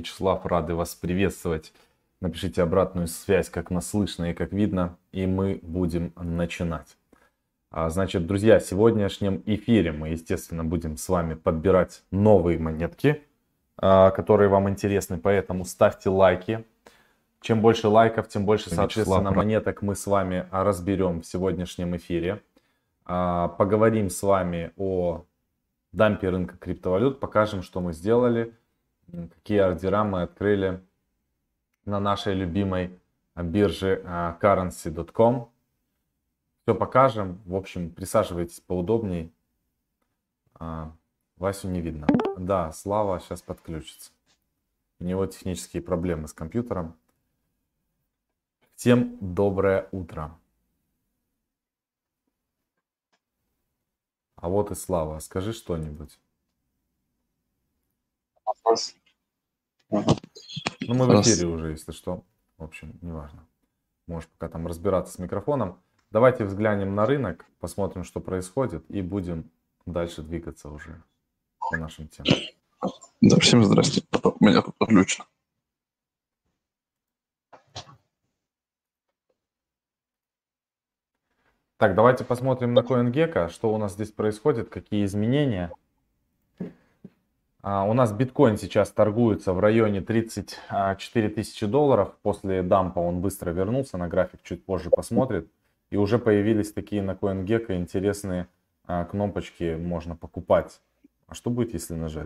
Вячеслав, рады вас приветствовать. Напишите обратную связь, как нас слышно и как видно, и мы будем начинать. Значит, друзья, в сегодняшнем эфире мы, естественно, будем с вами подбирать новые монетки, которые вам интересны, поэтому ставьте лайки. Чем больше лайков, тем больше, соответственно, монеток мы с вами разберем в сегодняшнем эфире. Поговорим с вами о дампе рынка криптовалют, покажем, что мы сделали, какие ордера мы открыли на нашей любимой бирже currency.com. Все покажем. В общем, присаживайтесь поудобней. Васю не видно. Да, Слава сейчас подключится. У него технические проблемы с компьютером. Всем доброе утро. А вот и Слава. Скажи что-нибудь. Ну, мы в эфире уже, если что. В общем, неважно. Можешь пока там разбираться с микрофоном. Давайте взглянем на рынок, посмотрим, что происходит, и будем дальше двигаться уже по нашим темам. Да, всем здрасте. У меня тут подключено. Так, давайте посмотрим на CoinGecko, что у нас здесь происходит, какие изменения. У нас биткоин сейчас торгуется в районе 34 тысячи долларов. После дампа он быстро вернулся, на график чуть позже посмотрит. И уже появились такие на CoinGecko интересные кнопочки, можно покупать. А что будет, если нажать?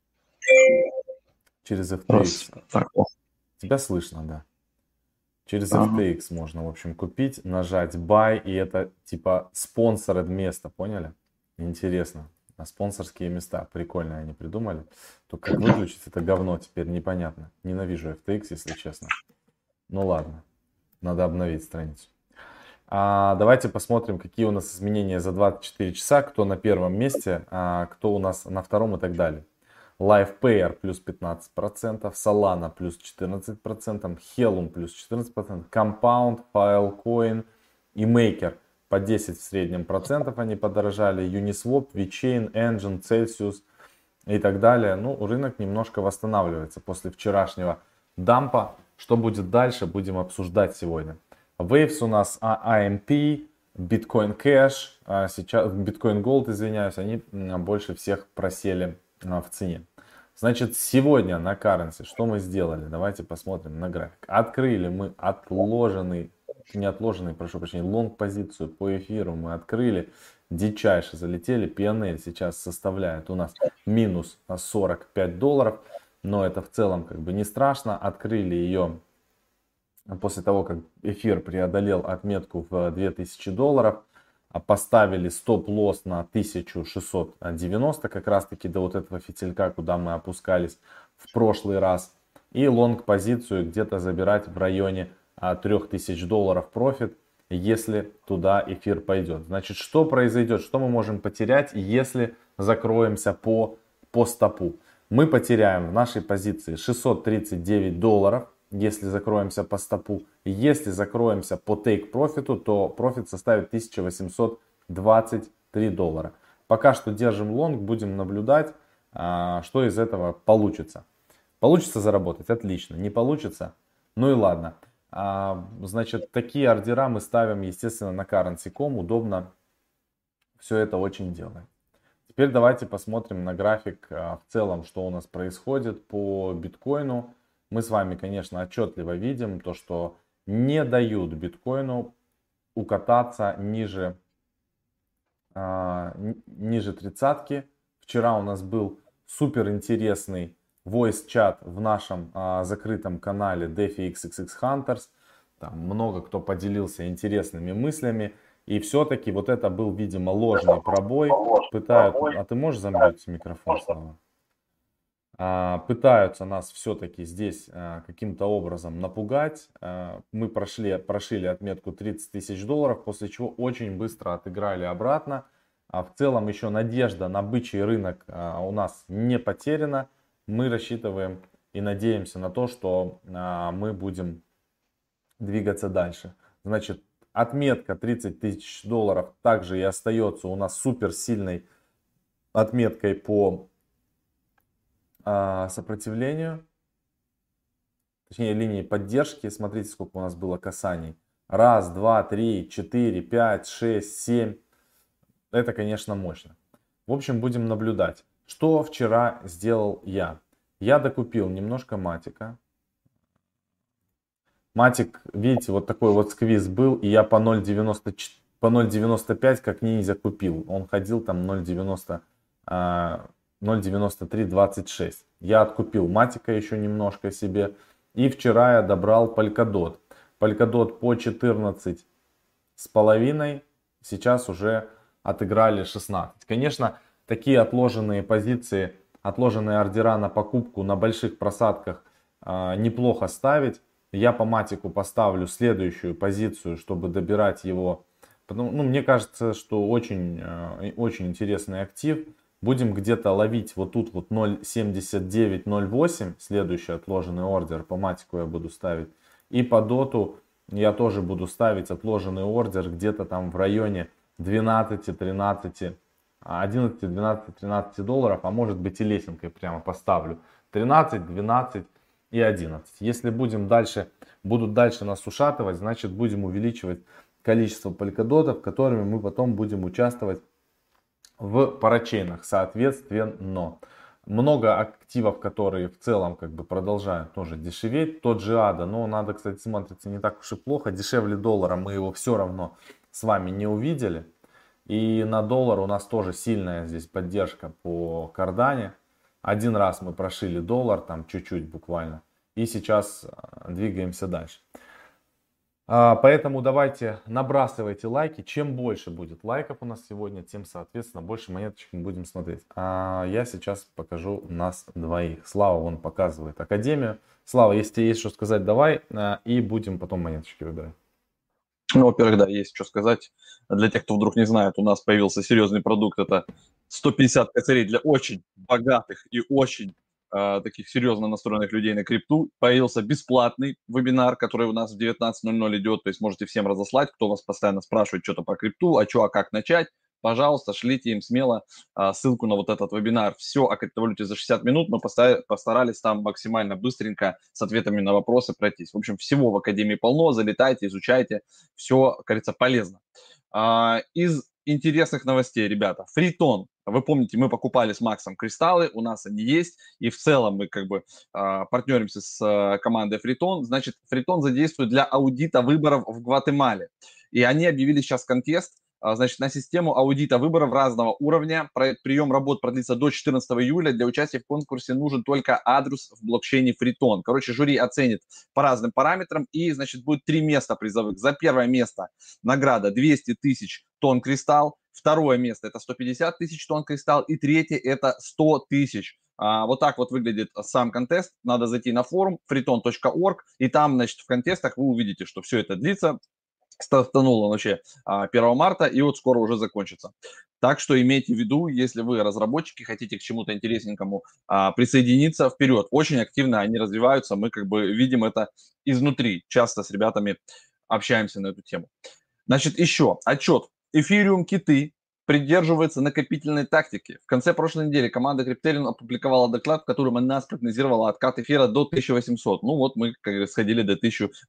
Через FTX. Тебя слышно, да. Через FTX можно, в общем, купить, нажать buy, и это типа sponsored место, поняли? Интересно. А спонсорские места, прикольно они придумали. Только как выключить это говно теперь непонятно. Ненавижу FTX, если честно. Ну ладно, надо обновить страницу. Давайте посмотрим, какие у нас изменения за 24 часа, кто на первом месте, кто у нас на втором и так далее. LivePayer плюс 15%, Solana плюс 14%, Helium плюс 14%, Compound, Filecoin и Maker по 10 в среднем процентов они подорожали, Uniswap, VeChain, Engine, Celsius и так далее. Ну, рынок немножко восстанавливается после вчерашнего дампа. Что будет дальше, будем обсуждать сегодня. Waves у нас AMP, Bitcoin Cash, сейчас Bitcoin Gold, извиняюсь, они больше всех просели в цене. Значит, сегодня на Currency что мы сделали? Давайте посмотрим на график. Открыли мы прошу прощения, лонг-позицию по эфиру мы открыли. Дичайше залетели. PNL сейчас составляет у нас минус 45 долларов. Но это в целом как бы не страшно. Открыли ее после того, как эфир преодолел отметку в 2000 долларов. Поставили стоп-лосс на 1690, как раз таки до вот этого фитилька, куда мы опускались в прошлый раз. И лонг-позицию где-то забирать в районе 3000 долларов профит, если туда эфир пойдет. Значит, что произойдет, что мы можем потерять, если закроемся по стопу? Мы потеряем в нашей позиции 639 долларов. Если закроемся по стопу, если закроемся по take профиту, то профит составит 1823 доллара. Пока что держим лонг, будем наблюдать, что из этого получится. Получится заработать, отлично. Не получится, ну и ладно. Значит, такие ордера мы ставим, естественно, на currency.com. Удобно все это очень делать. Теперь давайте посмотрим на график в целом, что у нас происходит по биткоину. Мы с вами, конечно, отчетливо видим то, что не дают биткоину укататься ниже тридцатки. Вчера у нас был супер интересный voice чат в нашем закрытом канале DeFi XXX Hunters. Там много кто поделился интересными мыслями. И все-таки вот это был, видимо, ложный пробой. А ты можешь замьютить микрофон, Слава? Пытаются нас все-таки здесь каким-то образом напугать. Мы прошили отметку 30 тысяч долларов, после чего очень быстро отыграли обратно. В целом еще надежда на бычий рынок у нас не потеряна. Мы рассчитываем и надеемся на то, что мы будем двигаться дальше. Значит, отметка 30 тысяч долларов также и остается у нас супер сильной отметкой по сопротивлению. точнее линии поддержки. Смотрите, сколько у нас было касаний. Раз, два, три, 4, 5, 6, 7. Это, конечно, мощно. В общем, будем наблюдать. Что вчера сделал я? Я докупил немножко матика. Матик, видите, вот такой вот сквиз был, и я по 0.95 как ниндзя купил. Он ходил там 0.9326. Я откупил матика еще немножко себе. И вчера я добрал Polkadot. Polkadot по 14,5. Сейчас уже отыграли 16. Конечно, такие отложенные позиции, отложенные ордера на покупку на больших просадках неплохо ставить. Я по матику поставлю следующую позицию, чтобы добирать его. Мне кажется, что очень интересный актив. Будем где-то ловить вот тут вот 0.7908. Следующий отложенный ордер. По матику я буду ставить. И по доту я тоже буду ставить отложенный ордер где-то там в районе 12-13, 11, 12, 13 долларов. А может быть и лесенкой прямо поставлю. 13, 12 и 11. Если будут дальше нас ушатывать, значит будем увеличивать количество полькодотов, которыми мы потом будем участвовать в парачейнах, соответственно. Много активов, которые в целом как бы продолжают тоже дешеветь. Тот же ADA, но он, ADA, кстати, смотрится не так уж и плохо. Дешевле доллара мы его все равно с вами не увидели. И на доллар у нас тоже сильная здесь поддержка по Cardano. Один раз мы прошили доллар, там чуть-чуть буквально. И сейчас двигаемся дальше. Поэтому давайте набрасывайте лайки. Чем больше будет лайков у нас сегодня, тем, соответственно, больше монеточек мы будем смотреть. А я сейчас покажу нас двоих. Слава вон показывает Академию. Слава, если тебе есть что сказать, давай. И будем потом монеточки выбирать. Ну, во-первых, да, есть что сказать. Для тех, кто вдруг не знает, у нас появился серьезный продукт. Это 150 косарей для очень богатых и очень таких серьезно настроенных людей на крипту. Появился бесплатный вебинар, который у нас в 19:00 идет. То есть можете всем разослать, кто вас постоянно спрашивает что-то по крипту, а как начать. Пожалуйста, шлите им смело ссылку на вот этот вебинар. Все о криптовалюте за 60 минут. Мы постарались там максимально быстренько с ответами на вопросы пройтись. В общем, всего в Академии полно. Залетайте, изучайте. Все, как говорится, полезно. Из интересных новостей, ребята. Фритон. Вы помните, мы покупали с Максом кристаллы, у нас они есть. И в целом мы как бы партнеримся с командой Фритон. Значит, Фритон задействует для аудита выборов в Гватемале. И они объявили сейчас контест. Значит, на систему аудита выборов разного уровня. Прием работ продлится до 14 июля. Для участия в конкурсе нужен только адрес в блокчейне Фритон. Короче, жюри оценит по разным параметрам. И, значит, будет 3 места призовых. За первое место награда 200 тысяч тонн кристалл. Второе место это 150 тысяч тонн кристалл. И третье это 100 тысяч. Вот так вот выглядит сам контест. Надо зайти на форум friton.org. И там, значит, в контестах вы увидите, что все это длится. Стартанул он вообще 1 марта и вот скоро уже закончится. Так что имейте в виду, если вы разработчики, хотите к чему-то интересненькому присоединиться, вперед. Очень активно они развиваются, мы как бы видим это изнутри. Часто с ребятами общаемся на эту тему. Значит, еще отчет. Эфириум киты придерживается накопительной тактики. В конце прошлой недели команда Crypterium опубликовала доклад, в котором она спрогнозировала откат эфира до 1800. Ну вот мы как сходили до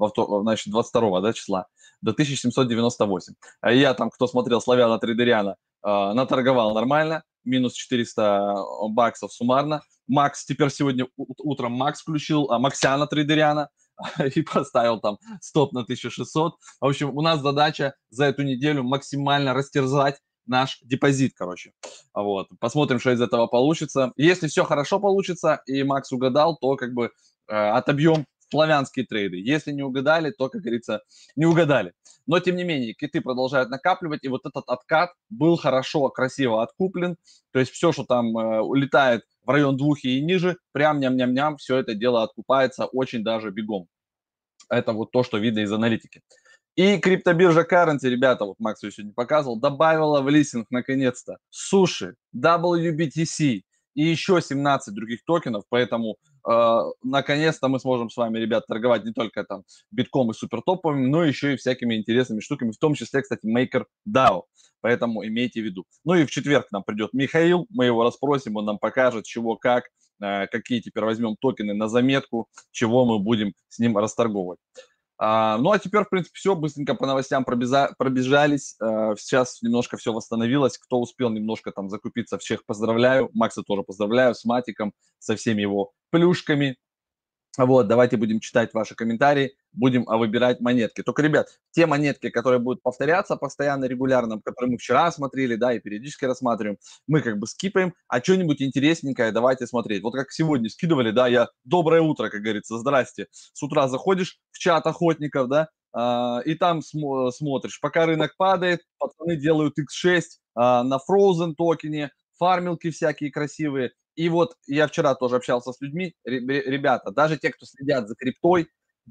22 числа, до 1798. А я там, кто смотрел Славяна Трейдериана, наторговал нормально, минус 400 баксов суммарно. Макс, теперь сегодня утром Макс включил Максяна Трейдериана и поставил там стоп на 1600. В общем, у нас задача за эту неделю максимально растерзать наш депозит, короче. Вот. Посмотрим, что из этого получится. Если все хорошо получится, и Макс угадал, то как бы отобьем славянские трейды. Если не угадали, то, как говорится, не угадали. Но, тем не менее, киты продолжают накапливать, и вот этот откат был хорошо, красиво откуплен. То есть все, что там улетает в район 2 и ниже, прям ням-ням-ням, все это дело откупается очень даже бегом. Это вот то, что видно из аналитики. И криптобиржа Currency, ребята, вот Макс ее сегодня показывал, добавила в листинг наконец-то Sushi, WBTC и еще 17 других токенов, поэтому наконец-то мы сможем с вами, ребят, торговать не только там битком и супертоповыми, но еще и всякими интересными штуками, в том числе, кстати, MakerDAO, поэтому имейте в виду. Ну и в четверг к нам придет Михаил, мы его расспросим, он нам покажет, чего, как, какие теперь возьмем токены на заметку, чего мы будем с ним расторговывать. Ну, а теперь, в принципе, все. Быстренько по новостям пробежались. Сейчас немножко все восстановилось. Кто успел немножко там закупиться, всех поздравляю. Макса тоже поздравляю с Матиком, со всеми его плюшками. Вот, давайте будем читать ваши комментарии, будем выбирать монетки. Только, ребят, те монетки, которые будут повторяться постоянно, регулярно, которые мы вчера смотрели, да, и периодически рассматриваем, мы как бы скипаем, а что-нибудь интересненькое давайте смотреть. Вот как сегодня скидывали, да, я доброе утро, как говорится, здрасте. С утра заходишь в чат охотников, да, и там смотришь, пока рынок падает, пацаны делают X6 на Frozen токене, фармилки всякие красивые. И вот я вчера тоже общался с людьми, ребята, даже те, кто следят за криптой,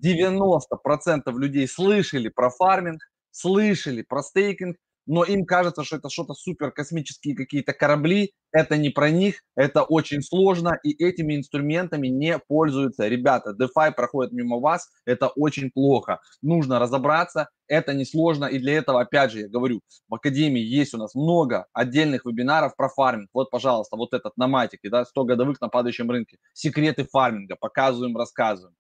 90% людей слышали про фарминг, слышали про стейкинг, но им кажется, что это что-то супер космические какие-то корабли, это не про них, это очень сложно, и этими инструментами не пользуются. Ребята, DeFi проходит мимо вас, это очень плохо. Нужно разобраться, это несложно, и для этого, опять же, я говорю, в Академии есть у нас много отдельных вебинаров про фарминг. Вот, пожалуйста, вот этот на матике, да, 100 годовых на падающем рынке. Секреты фарминга, показываем, рассказываем.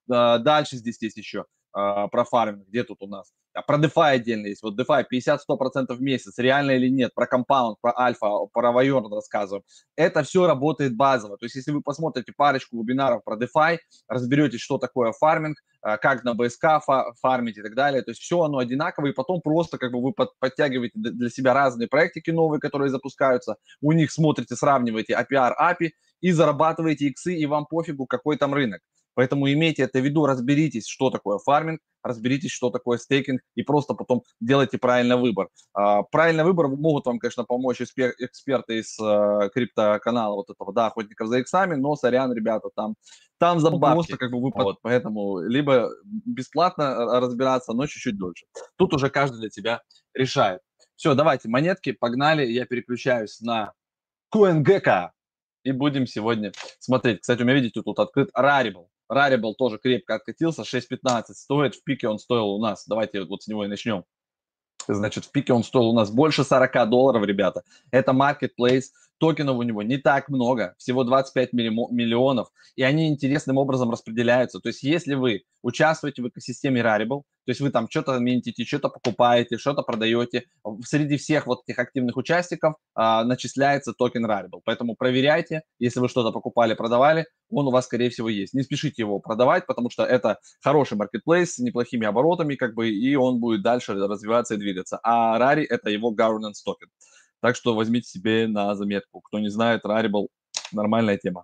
Дальше здесь есть еще про фарминг. Где тут у нас? Про DeFi отдельно есть. Вот DeFi 50-100% в месяц. Реально или нет? Про компаунд, про альфа, про Вайорн рассказываем. Это все работает базово. То есть, если вы посмотрите парочку вебинаров про DeFi, разберетесь, что такое фарминг, как на БСК фармить и так далее. То есть все оно одинаково, и потом просто как бы вы подтягиваете для себя разные проектики новые, которые запускаются, у них смотрите, сравниваете APR, API и зарабатываете иксы, и вам пофигу, какой там рынок. Поэтому имейте это в виду, разберитесь, что такое фарминг, разберитесь, что такое стейкинг, и просто потом делайте правильный выбор. Правильный выбор могут вам, конечно, помочь эксперты из криптоканала вот этого, да, охотников за иксами, но, сорян, ребята, там за бабки. Просто как бы вы вот, поэтому либо бесплатно разбираться, но чуть-чуть дольше. Тут уже каждый для тебя решает. Все, давайте, монетки, погнали, я переключаюсь на CoinGecko. И будем сегодня смотреть. Кстати, у меня, видите, тут открыт Rarible. Rarible тоже крепко откатился, 6.15 стоит. В пике он стоил у нас, давайте вот с него и начнем. Значит, в пике он стоил у нас больше $40, ребята. Это marketplace. Токенов у него не так много, всего 25 миллионов, и они интересным образом распределяются. То есть, если вы участвуете в экосистеме Rarible, то есть вы там что-то минтите, что-то покупаете, что-то продаете, среди всех вот этих активных участников начисляется токен Rarible. Поэтому проверяйте, если вы что-то покупали, продавали, он у вас, скорее всего, есть. Не спешите его продавать, потому что это хороший маркетплейс с неплохими оборотами, как бы, и он будет дальше развиваться и двигаться. А Rari – это его governance токен. Так что возьмите себе на заметку. Кто не знает, Rarible – нормальная тема.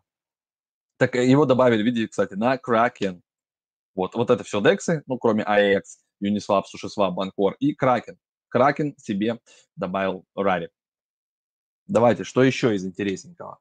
Так его добавили, видите, кстати, на Kraken. Вот это все дексы, ну, кроме AEX, Uniswap, SushiSwap, Bancor и Kraken. Kraken себе добавил Rari. Давайте, что еще из интересненького?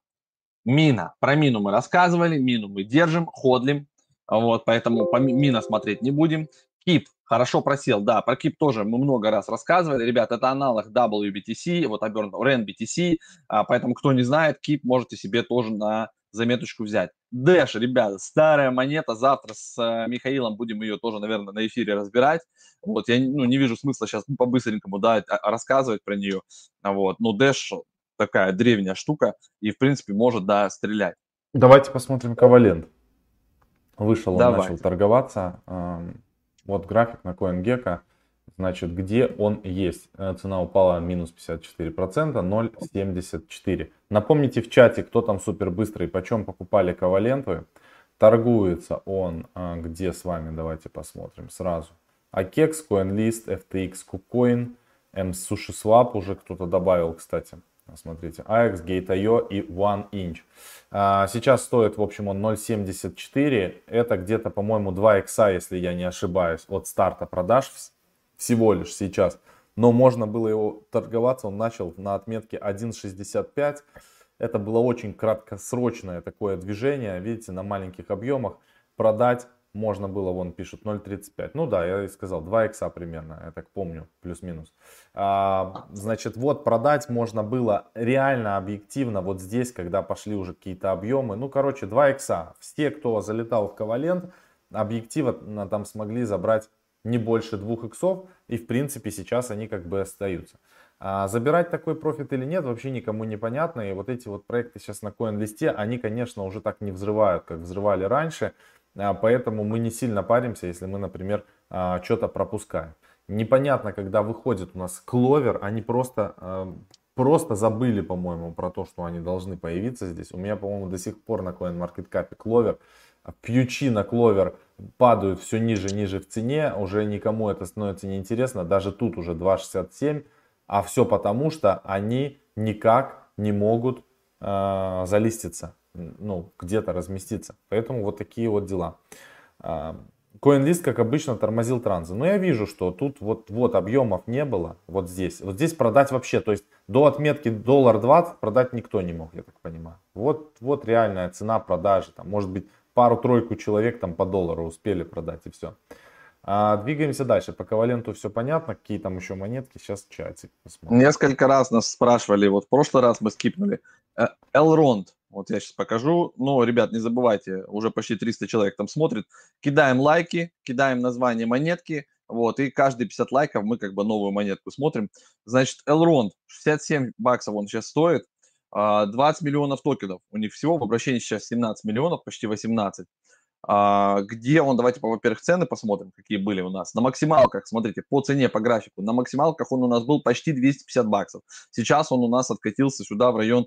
Мина. Про мину мы рассказывали, мину мы держим, ходлим. Вот, поэтому по мина смотреть не будем. Кип хорошо просел, да, про Кип тоже мы много раз рассказывали. Ребят, это аналог WBTC, вот обернут RenBTC, поэтому кто не знает, Кип можете себе тоже на заметочку взять. Dash, ребята, старая монета, завтра с Михаилом будем ее тоже, наверное, на эфире разбирать. Вот, я не вижу смысла сейчас по-быстренькому, да, рассказывать про нее. Вот, но Dash такая древняя штука и, в принципе, может, да, стрелять. Давайте посмотрим Ковалент. Вышел, он Давайте. начал торговаться. Вот график на CoinGecko. Значит, где он есть? Цена упала минус 54%, 0.74. Напомните в чате, кто там супер быстрый, почем покупали Коваленту. Торгуется он где с вами? Давайте посмотрим сразу. AKEX, CoinList, FTX, KuCoin, SushiSwap уже кто-то добавил, кстати. Смотрите, AX, Gate.io и OneInch. Сейчас стоит, в общем, он 0.74. Это где-то, по-моему, 2 икса, если я не ошибаюсь, от старта продаж всего лишь сейчас. Но можно было его торговаться, он начал на отметке 1.65. Это было очень краткосрочное такое движение, видите, на маленьких объемах. Продать можно было, вон пишут 0.35. Ну да, я и сказал, 2 икса примерно, я так помню, плюс-минус. Значит, вот продать можно было реально объективно вот здесь, когда пошли уже какие-то объемы. Ну, короче, 2 икса. Все, кто залетал в Ковалент, объективно там смогли забрать не больше 2 иксов. И, в принципе, сейчас они как бы остаются. Забирать такой профит или нет, вообще никому не понятно. И вот эти вот проекты сейчас на CoinList'е, они, конечно, уже так не взрывают, как взрывали раньше. Поэтому мы не сильно паримся, если мы, например, что-то пропускаем. Непонятно, когда выходит у нас Clover, они просто забыли, по-моему, про то, что они должны появиться здесь. У меня, по-моему, до сих пор на CoinMarketCap Clover, пьючи на Clover падают все ниже и ниже в цене. Уже никому это становится неинтересно. Даже тут уже 2,67. А все потому, что они никак не могут залиститься, ну, где-то разместиться. Поэтому вот такие вот дела. CoinList, как обычно, тормозил транзы. Но я вижу, что тут вот объемов не было. Вот здесь. Вот здесь продать вообще, то есть до отметки $1.20 продать никто не мог, я так понимаю. Вот реальная цена продажи. Там, может быть, пару-тройку человек там по $1 успели продать и все. Двигаемся дальше. По Коваленту все понятно. Какие там еще монетки? Сейчас чатик посмотрим. Несколько раз нас спрашивали, вот в прошлый раз мы скипнули. Elrond, вот я сейчас покажу. Ну, ребят, не забывайте, уже почти 300 человек там смотрит. Кидаем лайки, кидаем название монетки, вот, и каждые 50 лайков мы как бы новую монетку смотрим. Значит, Elrond, $67 он сейчас стоит, 20 миллионов токенов. У них всего в обращении сейчас 17 миллионов, почти 18. Где он, давайте, во-первых, цены посмотрим, какие были у нас. На максималках, смотрите, по цене, по графику, на максималках он у нас был почти $250. Сейчас он у нас откатился сюда в район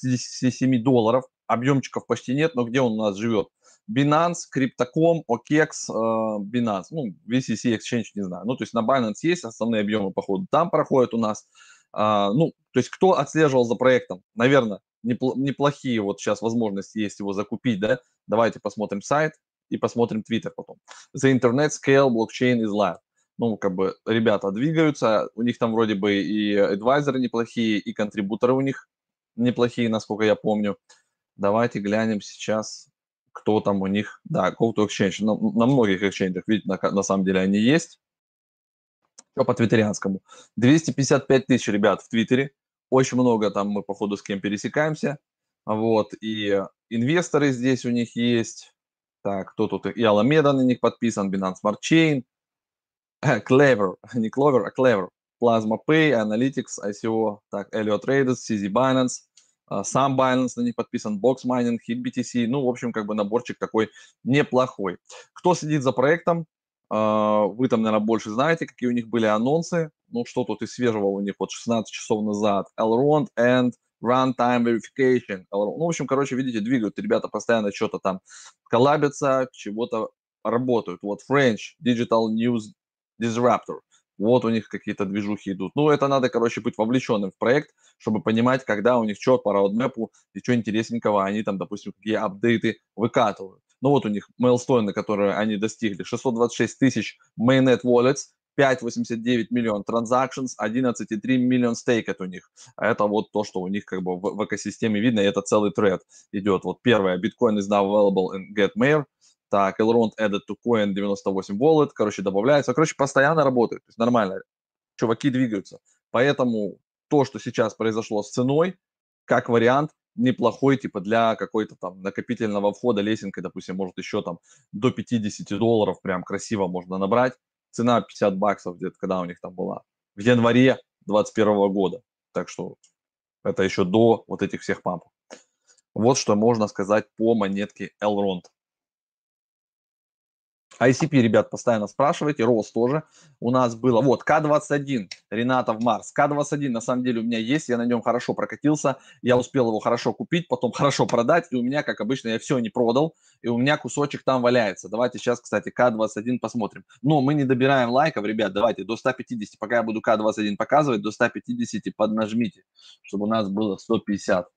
$67. Объемчиков почти нет, но где он у нас живет? Binance, Crypto.com, OKEX, Binance, ну, VCC Exchange, не знаю. Ну, то есть на Binance есть основные объемы, походу, там проходят у нас. Ну, то есть кто отслеживал за проектом? Наверное, неплохие вот сейчас возможности есть его закупить, да? Давайте посмотрим сайт и посмотрим Twitter потом. The Internet Scale Blockchain is live. Ну, как бы ребята двигаются, у них там вроде бы и адвайзеры неплохие, и контрибуторы у них неплохие, насколько я помню. Давайте глянем сейчас, кто там у них. Да, Call to Exchange. На многих эксченджах, видите, на самом деле они есть. Что по твиттерианскому? 255 тысяч ребят в Твиттере. Очень много там мы, походу, с кем пересекаемся. Вот, и инвесторы здесь у них есть. Так, кто тут? И Alameda на них подписан, Binance Smart Chain, Clever, не Clover, а Clever, Plasma Pay, Analytics, ICO, так, Elliott Traders, CZ Binance, сам Binance на них подписан, Box Mining, HitBTC, ну, в общем, как бы наборчик такой неплохой. Кто следит за проектом, вы там, наверное, больше знаете, какие у них были анонсы, ну, что тут из свежего у них вот 16 часов назад, Elrond and Runtime Verification. Ну, в общем, короче, видите, двигают ребята постоянно что-то там коллабятся, чего-то работают. Вот French Digital News Disruptor. Вот у них какие-то движухи идут. Ну, это надо, короче, быть вовлеченным в проект, чтобы понимать, когда у них что по роудмэпу и что интересненького они там, допустим, какие апдейты выкатывают. Ну, вот у них мейлстоуны, которые они достигли. 626 тысяч mainnet wallets, 5,89 миллион transactions, 11,3 миллион стейкет у них. А это вот то, что у них как бы в экосистеме видно, и это целый тред идет. Вот первое, Bitcoin is now available in Getmail. Так, Elrond added to coin 98 wallet, короче, добавляется. Короче, постоянно работает, то есть нормально. Чуваки двигаются. Поэтому то, что сейчас произошло с ценой, как вариант, неплохой, типа для какой-то там накопительного входа лесенкой, допустим, может еще там до $50 прям красиво можно набрать. Цена $50 где-то, когда у них там была. В январе 2021 года. Так что это еще до вот этих всех пампов. Вот что можно сказать по монетке Elrond. ICP, ребят, постоянно спрашиваете, рост тоже. У нас было, вот, К21, Ренатов Марс. К21, на самом деле, у меня есть, я на нем хорошо прокатился, я успел его хорошо купить, потом хорошо продать, и у меня, как обычно, я все не продал, и у меня кусочек там валяется. Давайте сейчас, кстати, К21 посмотрим. Но мы не добираем лайков, ребят, давайте до 150, пока я буду К21 показывать, до 150 поднажмите, чтобы у нас было 150.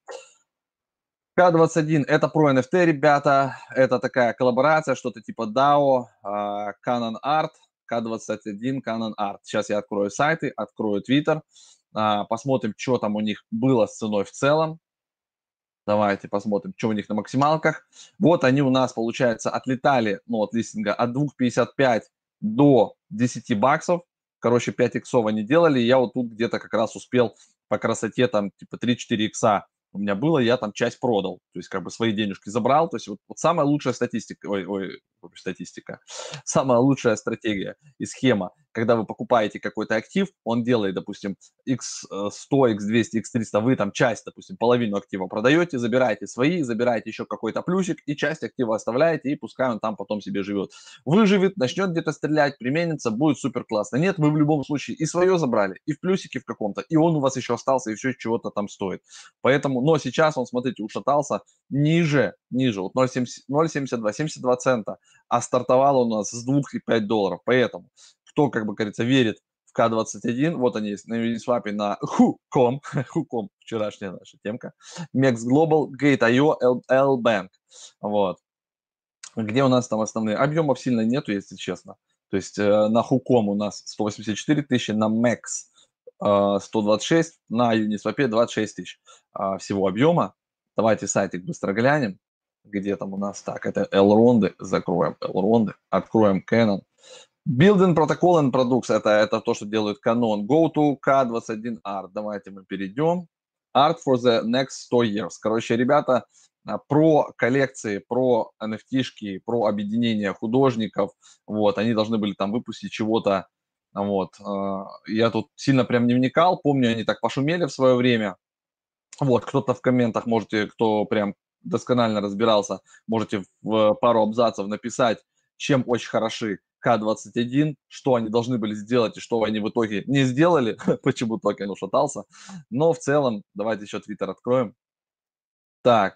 К21 это про NFT, ребята, это такая коллаборация, что-то типа DAO, Canon Art, К21, Canon Art. Сейчас я открою сайты, открою Twitter, посмотрим, что там у них было с ценой в целом. Давайте посмотрим, что у них на максималках. Вот они у нас, получается, отлетали, ну, от листинга от 2,55 до $10. Короче, 5 иксов они делали. Я вот тут где-то как раз успел по красоте там типа 3-4 икса у меня было, я там часть продал. То есть как бы свои денежки забрал. То есть вот самая лучшая статистика, статистика, самая лучшая стратегия и схема, когда вы покупаете какой-то актив, он делает, допустим, X100, X200, X300, вы там часть, допустим, половину актива продаете, забираете свои, забираете еще какой-то плюсик и часть актива оставляете, и пускай он там потом себе живет. Выживет, начнет где-то стрелять, применится, будет супер классно. Нет, вы в любом случае и свое забрали, и в плюсике в каком-то, и он у вас еще остался, и все чего-то там стоит. Поэтому, но сейчас он, смотрите, ушатался ниже, вот 0,72, 72 цента, а стартовал у нас с $2,5. Поэтому, кто, как бы говорится, верит в К21, вот они есть на Uniswap на Hucom, вчерашняя наша темка, Mex Global, Gate.io, L-Bank, вот. Где у нас там основные? Объемов сильно нету, если честно. То есть на Hucom у нас 184 тысячи, на Mex 126, на Uniswap 26 тысяч всего объема. Давайте сайтик быстро глянем, где там у нас. Так, это Elrond, закроем Elrond, откроем Canon. Building Protocol and Products, это то, что делают Canon. Go to K21 Art, давайте мы перейдем. Art for the next 100 years. Короче, ребята, про коллекции, про NFT-шки, про объединение художников, вот, они должны были там выпустить чего-то, вот, я тут сильно прям не вникал, помню, они так пошумели в свое время, вот, кто-то в комментах можете, кто прям досконально разбирался, можете в пару абзацев написать, чем очень хороши К21, что они должны были сделать и что они в итоге не сделали, почему токен ушатался. Но в целом, давайте еще Twitter откроем. Так,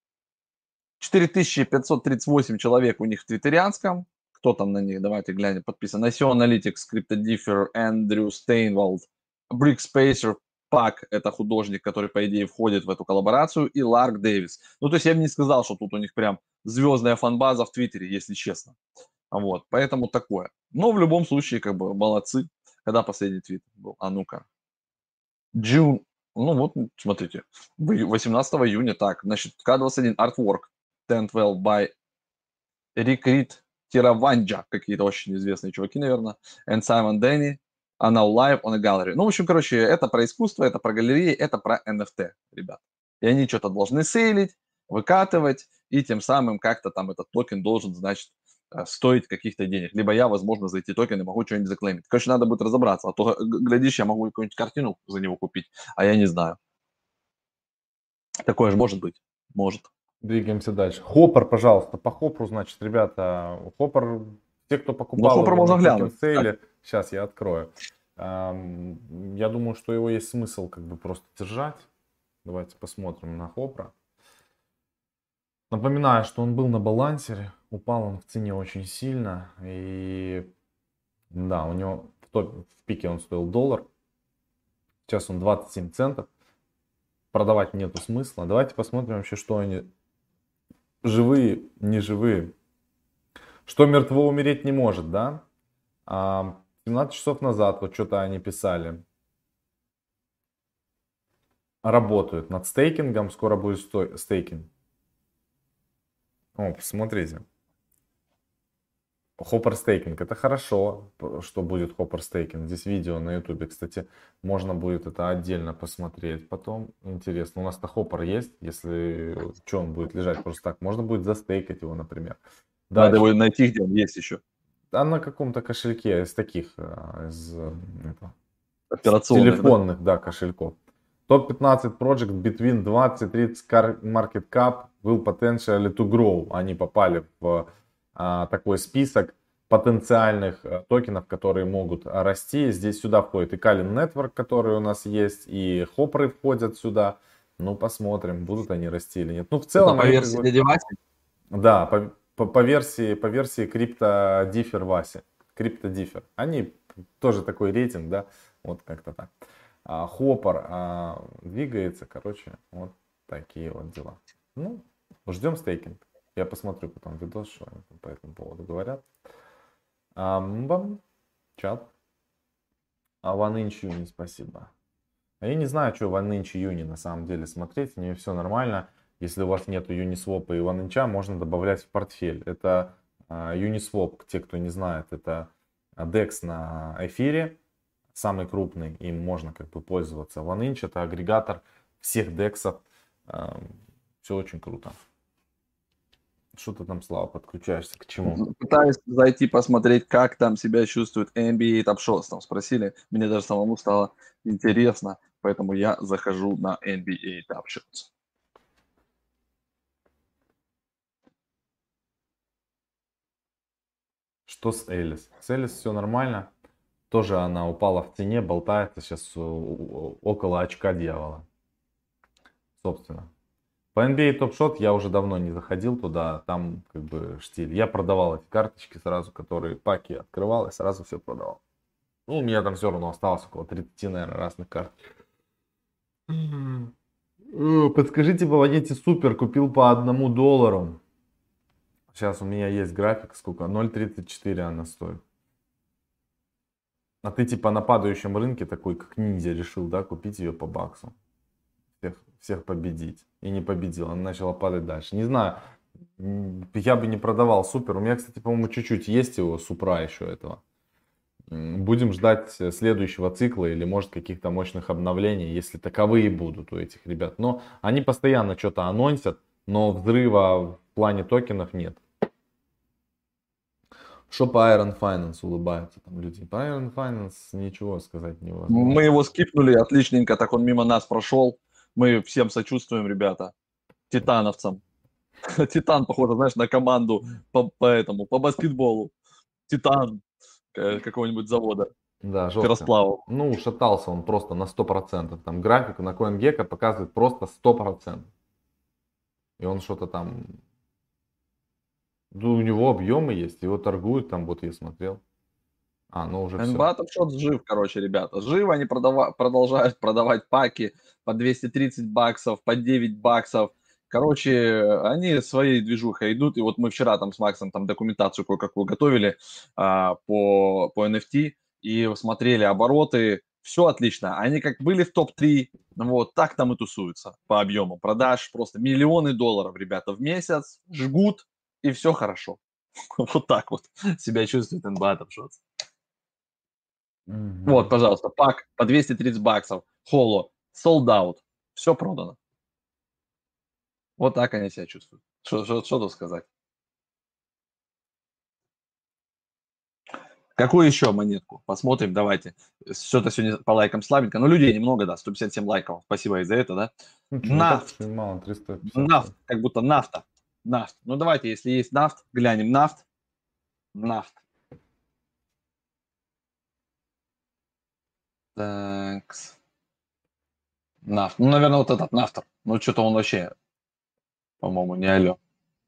4538 человек у них в твиттерианском. Кто там на них? Давайте глянем. Подписан. ICO Analytics, CryptoDiffer, Эндрю Стейнвалд, Brickspacer, Пак, это художник, который, по идее, входит в эту коллаборацию, и Ларк Дэвис. Ну, то есть я бы не сказал, что тут у них прям звездная фан-база в Твиттере, если честно. Вот, поэтому такое. Но в любом случае, как бы, молодцы. Когда последний твит был? А ну-ка. June. Ну вот, смотрите. 18 июня. Так, значит, К21 Artwork. 1012 by Rick Reed, Тираванджа, какие-то очень известные чуваки, наверное, and Simon Denny, а now live on a gallery. Ну, в общем, короче, это про искусство, это про галереи, это про NFT, ребят. И они что-то должны сейлить, выкатывать, и тем самым как-то там этот токен должен, значит, стоить каких-то денег. Либо я, возможно, за эти токены могу что-нибудь заклеймить. Короче, надо будет разобраться, а то, глядишь, я могу какую-нибудь картину за него купить, а я не знаю. Такое же может быть? Может. Двигаемся дальше. Хоппер, пожалуйста, по Хопперу, значит, ребята, Хоппер, те, кто покупал Хоппер его можно на глянуть. сейле, сейчас я открою. Я думаю, что его есть смысл как бы просто держать. Давайте посмотрим на Хоппера. Напоминаю, что он был на балансере, упал он в цене очень сильно, и да, у него в пике он стоил $1, сейчас он 27 центов, продавать нету смысла. Давайте посмотрим вообще, что они живые, не живые. Что мертво умереть не может, да? 17 часов назад вот что-то они писали. Работают над стейкингом, скоро будет стейкинг. О, посмотрите. Хоппер стейкинг, это хорошо, что будет хоппер стейкинг. Здесь видео на ютубе, кстати, можно будет это отдельно посмотреть потом. Интересно, у нас-то хоппер есть, если что он будет лежать просто так, можно будет застейкать его, например. Надо его найти, где он есть еще. А на каком-то кошельке из таких, из операционных, телефонных, да, кошельков. Топ-15 project between 20-30 market cap will potentially to grow. Они попали в такой список потенциальных токенов, которые могут расти. Здесь сюда входит и Kalin Network, который у нас есть, и хопперы входят сюда. Ну, посмотрим, будут они расти или нет. Ну, в целом... Это по версии дяди Васи? Да, по версии CryptoDiffer Васи. CryptoDiffer. Они тоже такой рейтинг, да, вот как-то так. Хоппер двигается, короче, вот такие вот дела. Ну, ждем стейкинг. Я посмотрю потом видос, что они по этому поводу говорят. Чат. OneInch Uni, спасибо. Я не знаю, что OneInch Uni на самом деле смотреть. У нее все нормально. Если у вас нету Uniswap и OneInch, можно добавлять в портфель. Это Uniswap, те, кто не знает, это DEX на эфире. Самый крупный, им можно как бы пользоваться. OneInch это агрегатор всех дексов. Все очень круто. Что ты там, Слава, подключаешься к чему? Пытаюсь зайти посмотреть, как там себя чувствует NBA Top Shots. Там спросили, мне даже самому стало интересно, поэтому я захожу на NBA Top Shots. Что с Элис? С Элис все нормально. Тоже она упала в цене, болтается сейчас около очка дьявола. Собственно. По NBA Top Shot я уже давно не заходил туда, там как бы штиль. Я продавал эти карточки сразу, которые паки открывал, и сразу все продавал. Ну, у меня там все равно осталось около 30, наверное, разных карт. Подскажите, помогите, супер, купил по $1. Сейчас у меня есть график, сколько? 0.34 она стоит. А ты типа на падающем рынке такой, как ниндзя, решил, да, купить ее по баксу. Всех победить. И не победил, она начала падать дальше. Не знаю, я бы не продавал супер. У меня, кстати, по-моему, чуть-чуть есть его супра еще этого. Будем ждать следующего цикла или, может, каких-то мощных обновлений, если таковые будут у этих ребят. Но они постоянно что-то анонсят, но взрыва в плане токенов нет. Что по Iron Finance улыбаются там люди? По Iron Finance ничего сказать невозможно. Мы его скипнули отличненько, так он мимо нас прошел. Мы всем сочувствуем, ребята, титановцам. Титан, похоже, знаешь, на команду по баскетболу. Титан какого-нибудь завода. Да, жестко. Ферросплавов. Ну, шатался он просто на 100%. Там график на CoinGecko показывает просто 100%. И он что-то там... Ну, у него объемы есть, его торгуют там, вот я смотрел. Ну уже все. NBA Top Shots жив, короче, ребята. Жив, они продолжают продавать паки по $230, по $9. Короче, они своей движухой идут. И вот мы вчера там с Максом там документацию кое-какую готовили по NFT и смотрели обороты. Все отлично. Они как были в топ-3, вот так там и тусуются по объему продаж. Просто миллионы долларов, ребята, в месяц жгут, и все хорошо. Вот так вот себя чувствует NBA Top Shots. Вот, пожалуйста, пак по $230. Холо, sold out. Все продано. Вот так они себя чувствуют. Что тут сказать? Какую еще монетку? Посмотрим, давайте. Что-то сегодня по лайкам слабенько. Но людей немного, да, 157 лайков. Спасибо и за это, да. Ну, что, не так уж и мало, 350. Нафт, как будто нафта. Нафт. Ну, давайте, если есть нафт, глянем нафт. Нафт. Так. Нафт. Ну, наверное, вот этот нафтер. Ну, что-то он вообще, по-моему, не алё.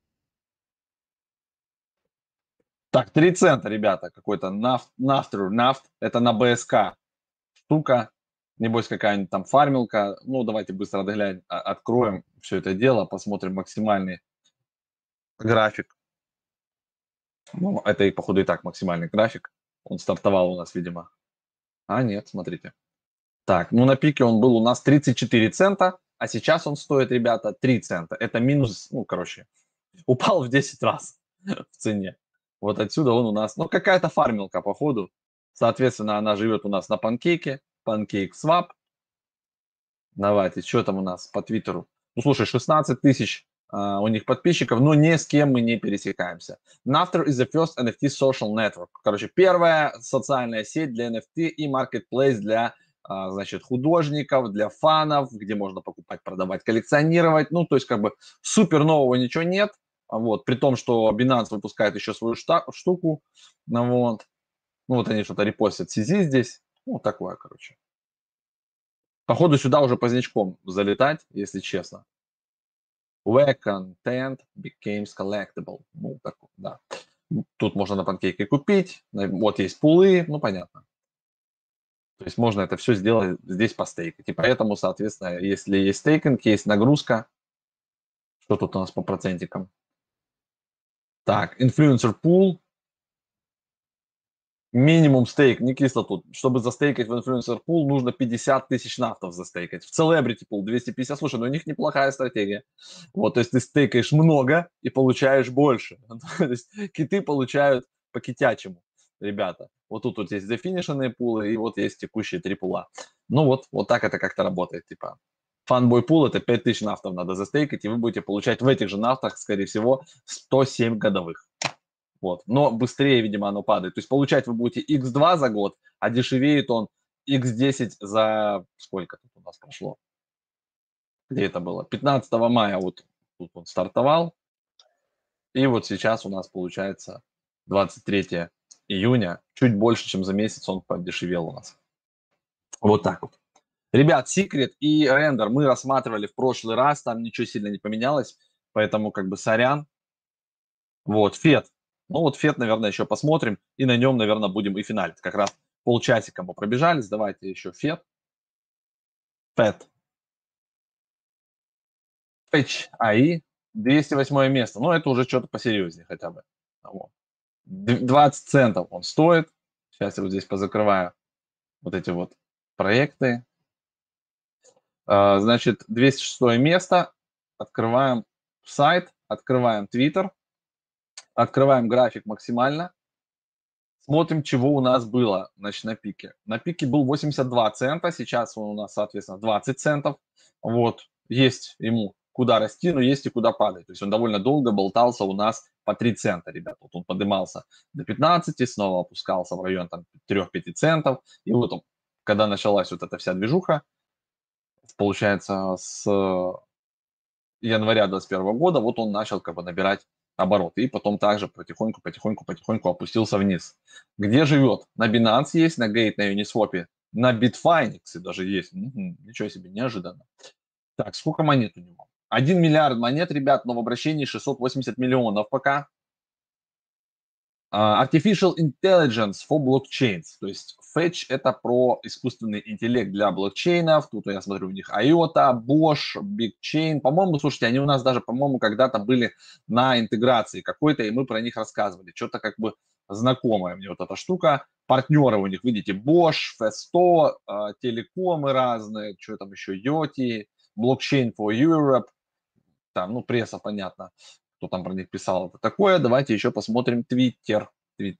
Так, 3 цента, ребята, какой-то нафт, это на БСК штука, небось какая-нибудь там фармилка. Ну, давайте быстро откроем все это дело, посмотрим максимальный график. Ну, это и, походу, и так максимальный график. Он стартовал у нас, видимо. Нет, смотрите. Так, ну на пике он был у нас 34 цента, а сейчас он стоит, ребята, 3 цента. Это минус, ну, короче, упал в 10 раз в цене. Вот отсюда он у нас, ну, какая-то фармилка, походу. Соответственно, она живет у нас на панкейке, панкейк свап. Давайте, что там у нас по Твиттеру? Ну, слушай, 16 тысяч у них подписчиков, но ни с кем мы не пересекаемся. Nafter is the first NFT social network. Короче, первая социальная сеть для NFT и marketplace для, значит, художников, для фанов, где можно покупать, продавать, коллекционировать. Ну, то есть, как бы, супер нового ничего нет. Вот, при том, что Binance выпускает еще свою штуку. Вот. Ну, вот они что-то репостят CZ здесь. Ну, такое, короче. Походу, сюда уже позднячком залетать, если честно. Where content becomes collectible. Ну, так, да. Тут можно на панкейке купить. Вот есть пулы, ну, понятно. То есть можно это все сделать здесь постейкать. И поэтому, соответственно, если есть стейкинг, есть нагрузка. Что тут у нас по процентикам? Так, инфлюенсер пул. Минимум стейк, не кисло тут. Чтобы застейкать в инфлюенсер пул, нужно 50 тысяч нафтов застейкать. В Celebrity пул 250. Слушай, ну у них неплохая стратегия. Вот, то есть ты стейкаешь много и получаешь больше. То есть киты получают по китячему, ребята. Вот тут вот есть зафинишенные пулы и вот есть текущие 3 пула. Ну вот так это как-то работает, типа. Fanboy Pool это 5000 нафтов надо застейкать, и вы будете получать в этих же нафтах, скорее всего, 107 годовых. Вот. Но быстрее, видимо, оно падает. То есть получать вы будете x2 за год, а дешевеет он x10 за... Сколько тут у нас прошло? Где это было? 15 мая вот тут он стартовал. И вот сейчас у нас получается 23 июня. Чуть больше, чем за месяц он подешевел у нас. Вот так вот. Ребят, Secret и Render мы рассматривали в прошлый раз, там ничего сильно не поменялось, поэтому как бы сорян. Вот, FED. Ну вот FED, наверное, еще посмотрим, и на нем, наверное, будем и финалить. Как раз полчасика мы пробежались, давайте еще FED. Fetch AI, 208 место, ну это уже что-то посерьезнее хотя бы. Вот. 20 центов он стоит. Сейчас я вот здесь позакрываю вот эти вот проекты. Значит, 206 место. Открываем сайт, открываем Twitter, открываем график максимально. Смотрим, чего у нас было, значит, на пике. На пике был 82 цента, сейчас он у нас, соответственно, 20 центов. Вот, есть ему куда расти, но есть и куда падать. То есть он довольно долго болтался у нас по 3 цента, ребят. Вот он поднимался до 15, снова опускался в район там 3-5 центов. И вот он, когда началась вот эта вся движуха, получается, с января 2021 года, вот он начал как бы набирать обороты. И потом также потихоньку опустился вниз. Где живет? На Binance есть, на Gate, на Uniswap, на Bitfinex даже есть. Ничего себе, неожиданно. Так, сколько монет у него? 1 миллиард монет, ребят, но в обращении 680 миллионов пока. Artificial Intelligence for Blockchains. То есть Fetch это про искусственный интеллект для блокчейнов. Тут я смотрю, у них IOTA, Bosch, BigChain. По-моему, слушайте, они у нас даже, по-моему, когда-то были на интеграции какой-то, и мы про них рассказывали. Что-то как бы знакомая мне вот эта штука. Партнеры у них, видите, Bosch, Festo, телекомы разные, что там еще, Yoti, Blockchain for Europe. Там, ну, пресса, понятно, кто там про них писал. Это такое. Давайте еще посмотрим Twitter.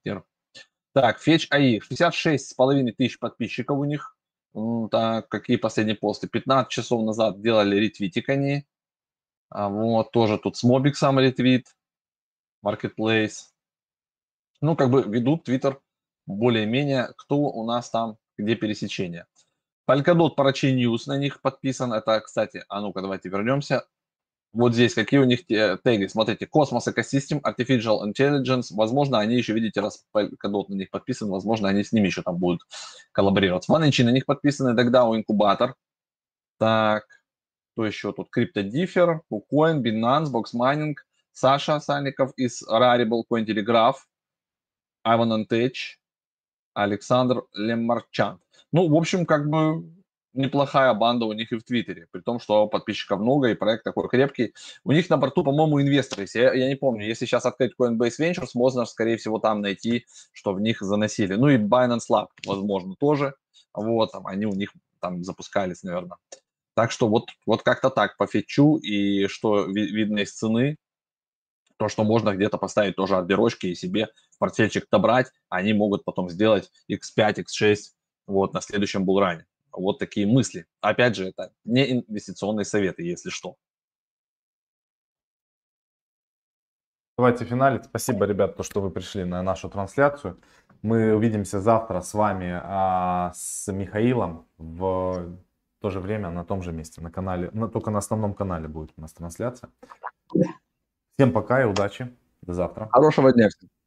Так, Fetch AI. 66,5 тысяч подписчиков у них. Так, какие последние посты? 15 часов назад делали ретвитик они. Вот, тоже тут с Mobix'ом ретвит. Marketplace. Ну, как бы ведут Twitter более-менее. Кто у нас там, где пересечение? Polkadot Parachain News на них подписан. Это, кстати, а ну-ка, давайте вернемся. Вот здесь какие у них теги. Смотрите, Cosmos Ecosystem, Artificial Intelligence. Возможно, они еще, видите, раз Polkadot на них подписан, возможно, они с ними еще там будут коллаборировать. Vanity на них подписаны, DAO инкубатор. Так, кто еще тут? CryptoDiffer, KuCoin, Binance, Box Mining, Саша Сальников из Rarible, Cointelegraph, Ivan Antech, Александр Лемарчант. Ну, в общем, как бы неплохая банда у них и в Твиттере, при том, что подписчиков много и проект такой крепкий. У них на борту, по-моему, инвесторы. Я не помню, если сейчас открыть Coinbase Ventures, можно, скорее всего, там найти, что в них заносили. Ну и Binance Lab, возможно, тоже. Вот, там они у них там запускались, наверное. Так что вот как-то так по фетчу, и что видно из цены, то, что можно где-то поставить тоже ордерочки и себе в портфельчик добрать, они могут потом сделать X5, X6 вот на следующем булране. Вот такие мысли. Опять же, это не инвестиционные советы, если что. Давайте финалить. Спасибо, ребят, то, что вы пришли на нашу трансляцию. Мы увидимся завтра с вами, с Михаилом в то же время на том же месте, на канале, только на основном канале будет у нас трансляция. Всем пока и удачи. До завтра. Хорошего дня всем.